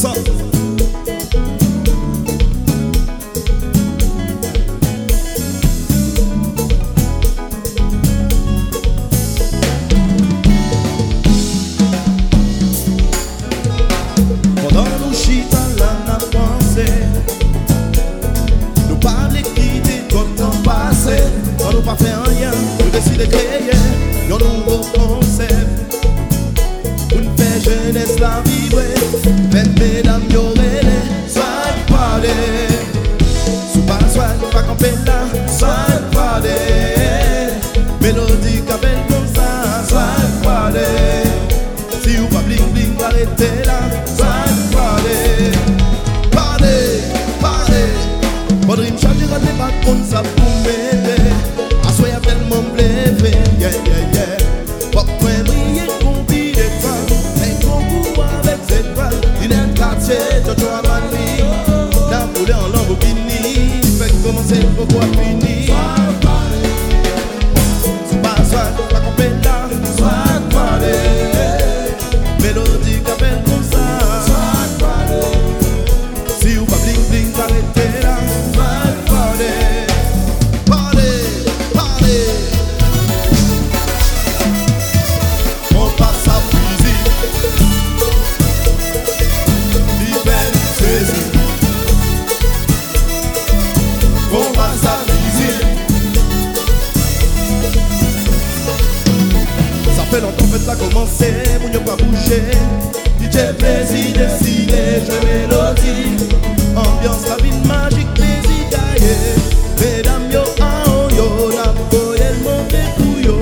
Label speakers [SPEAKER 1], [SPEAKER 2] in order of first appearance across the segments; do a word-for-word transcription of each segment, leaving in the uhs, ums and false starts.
[SPEAKER 1] ça. Pendant nous chita là n'a pensé, nous parler quitter comme temps passé. Quand nous pas fait rien, nous décidons de créer un nouveau concept. Une paix jeunesse la vibrer, même mesdames y'aurez soit parler. Sous pas soit pas camper là, soit parler. Mélodie qu'appelle comme ça, soit parler. Si vous pas bling bling, arrêtez là, soit parler. Parler, parler. Faudrait me changer quand les pas comme ça pour m'aider. À soi y'a tellement blévé, yeah yeah yeah. Pop moi briller combi de toi, un concours avec ses toiles. Il est un quartier, Jojo a mani. La boule en Lamborghini, fait commencer pourquoi finir. Soit parler, soit pas soit pas camper là, soit parler. Mélodie qu'appelle comme ça, soit parler. Si vous pas bling bling, arrêtez là, soit parler. Parler, parler. On passe à musique, liberté. On passe à musique. Ça fait longtemps que ça a commencé, mon yo pas bouger. D J plaisir dessiné, je mélodie. Ambiance la ville magique, plaisir gaillé. Mesdames yo, ah oh yo, la boule elle monte pour yo.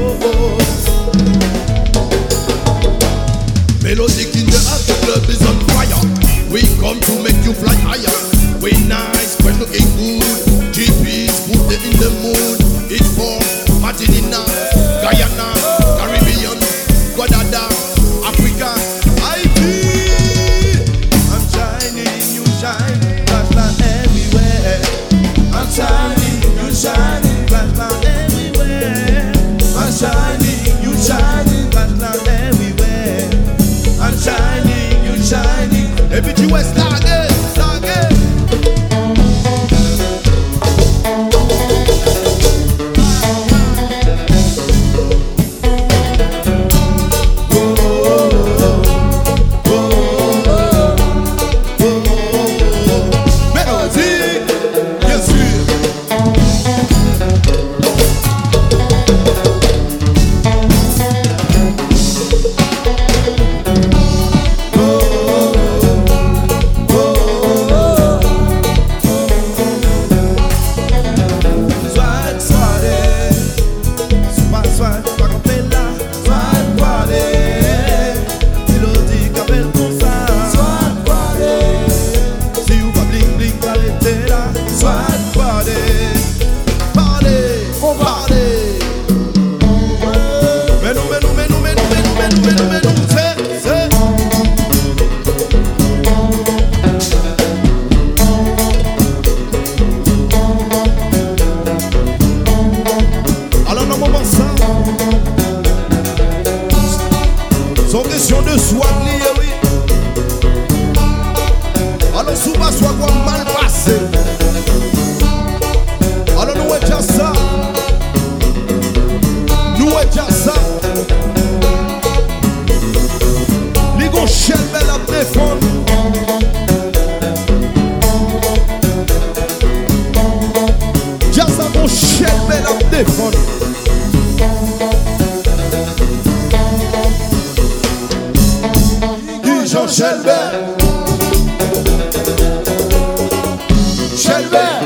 [SPEAKER 2] Melodic in the heart, the club is on fire. We come to make you fly higher. We nice, fresh looking good. G Ps, put it in the mood. It's for Martinina, Guyana, Caribbean, Guadada, Africa, Haiti.
[SPEAKER 1] I'm shining, you shine, flashlight everywhere. I'm shining, you shining, flashlight everywhere. I'm shining, you shining, flashlight everywhere. I'm shining, you shining.
[SPEAKER 2] Every G West target, target.
[SPEAKER 1] Mélodie, bien sûr. Soit soirée, soit soit pas camper là, soit parler. Mélodie qu'appelle comme ça, soit parler. Si vous pas bling bling, arrêtez là, soit parler. Parler, on parler. Mais nous, mais nous, mais nous, mais nous, mais nous, mais nous, mais nous, mais nous, c'est, c'est. Alors dans moment ça, sont question de soi lié, oui. Alors sous pas soit quoi mal passé. Alors nous est déjà ça, nous est déjà ça. Les gars chèvres belle à défendre. Déjà ça mon chèvre belle à défendre. Jean Shelbert, Shelbert.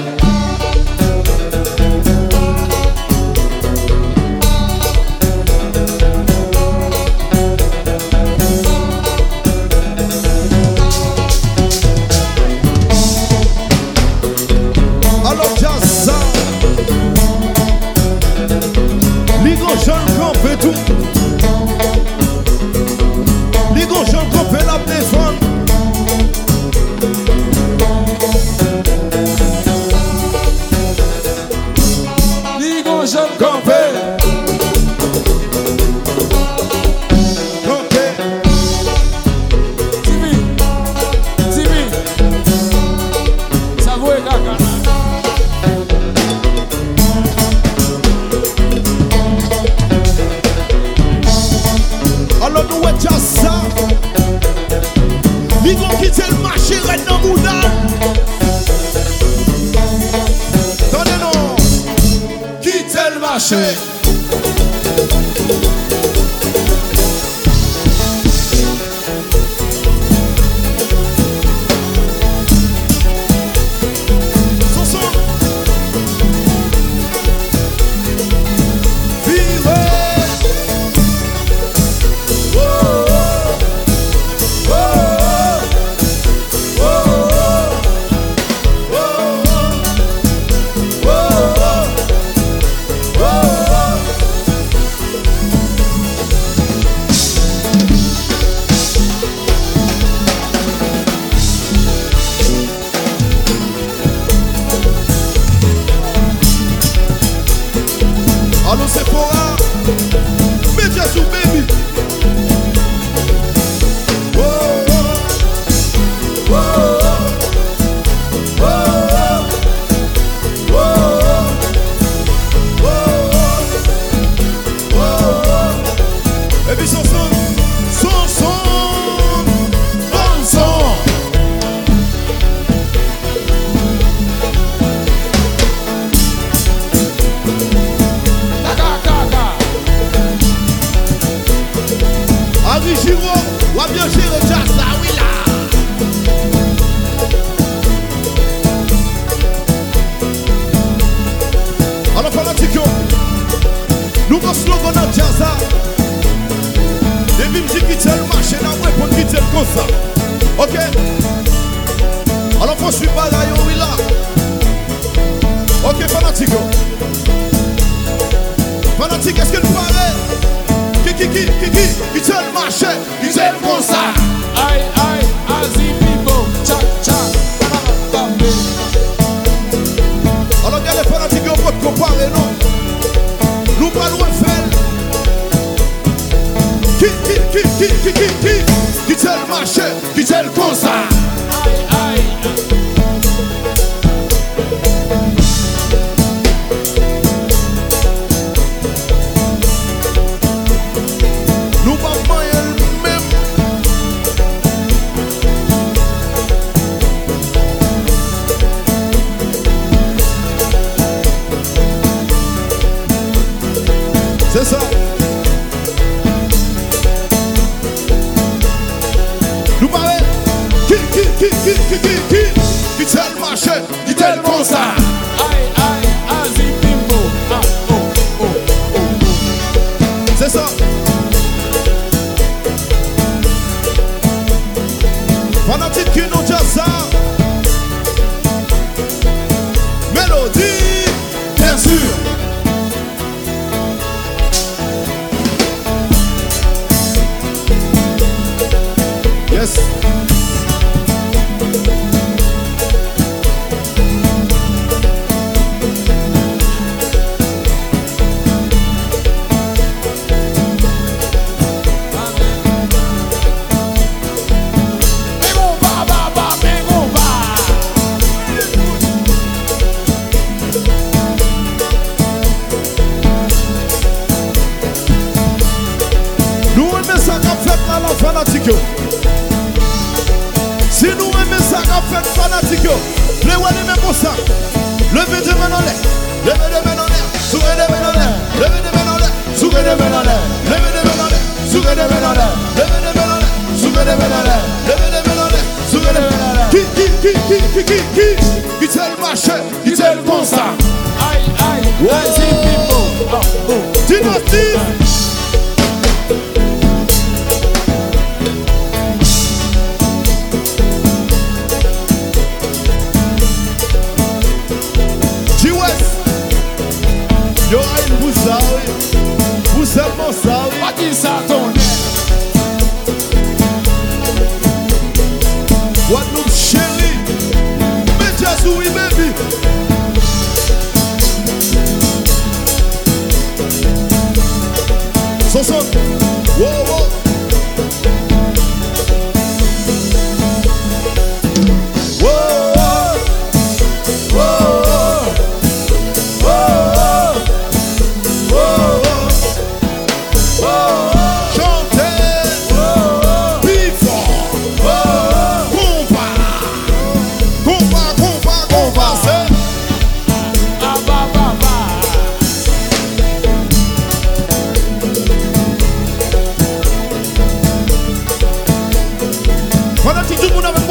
[SPEAKER 1] Alors Jazza, les gars jeunes campent tout. Les gars jeunes campent la défendre. Alors nous est déjà ça. Ils vont quitter le marché, reste dans Mouda. Attendez non. Quitter le marché. Allô Sephora, Media Zoo baby. Oh, oh, oh, oh, oh, oh, oh, oh. Et puis son son, son son, bon son. Henri Giraud, ou a bien géré jazz là, oui là. Alors fanatique, nous avons slogan dans jazz là. Et puis me dit quitter le marché là, ouais, pour quitter le comme ça. Ok? Alors faut suivre bagaille, oui là. Ok fanatique. Fanatique, est-ce que le paraît? Qui, qui, qui, qui, qui, qui tient le marché, qui tient le comme ça.
[SPEAKER 3] Aïe, aïe, Asie people, tcha, tcha, bambi.
[SPEAKER 1] Alors, regardez les fanatiques, on peut comparer, non? Nous parlons de faire. Qui, qui, qui, qui, qui, qui, qui, qui tient le marché, qui tient le comme ça.
[SPEAKER 3] Aïe, aïe.
[SPEAKER 1] Nous pas moyen même. C'est ça. Nous parlons. Qui, qui, qui, qui, qui, qui, qui, qui tient le marché, qui tient le comme ça.
[SPEAKER 3] Aïe, aïe, Asie people. Ah, oh, oh, oh, oh.
[SPEAKER 1] C'est ça. Fanatique qui nous dit ça. Mélodie, bien sûr. Yes. Fanatique. Si nous aimons ça qu'a fait fanatique, les ouais les mêmes pour ça. Levez des mains en l'air, levez des mains en l'air, soulevez des mains en l'air, levez des mains en l'air, soulevez des mains en l'air, levez des mains en l'air, soulevez des mains en l'air, levez des mains en l'air, soulevez des mains en l'air, levez des mains en l'air, soulevez des mains en l'air. Qui qui qui qui qui qui qui qui tient le marché, qui tient le bon ça.
[SPEAKER 3] Aïe aïe, Asie people. Oh oh.
[SPEAKER 1] Dis-moi Steve. Yo, vous savez, vous seulement savez.
[SPEAKER 3] Pas dit ça ton
[SPEAKER 1] Guadeloupe chérie, Media Zoo baby.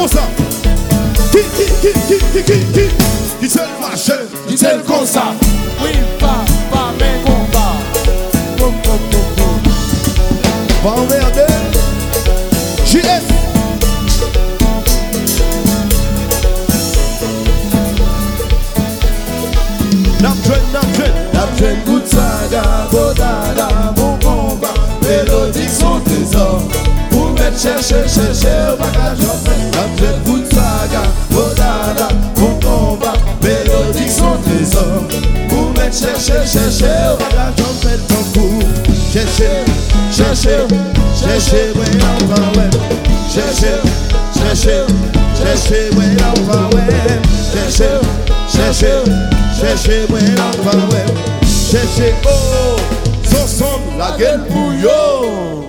[SPEAKER 1] comme ça. Qui, qui, qui, qui, qui, qui, qui, qui c'est le machin,
[SPEAKER 3] Qui c'est le comme ça? Oui, pas, pas, mais combat. Boum, boum, boum, boum.
[SPEAKER 1] pas emmerder. J S. Naptren, naptren,
[SPEAKER 3] Naptren good saga, bodada, bon combat. Mélodique son trésor. Pour mettre chercher, chercher au bagage en fait. Naptren good saga, bodada, bon combat. Mélodique son trésor. Pour mettre chercher, chercher au bagage en fait.
[SPEAKER 1] ton coup. Cherchez, cherchez, cherchez, ouais, enfin, ouais. Cherchez, cherchez, cherchez, ouais, enfin, ouais. Cherchez, cherchez, cherchez, ouais, enfin, ouais. Cherchez, oh, son son, la gueule pour yo.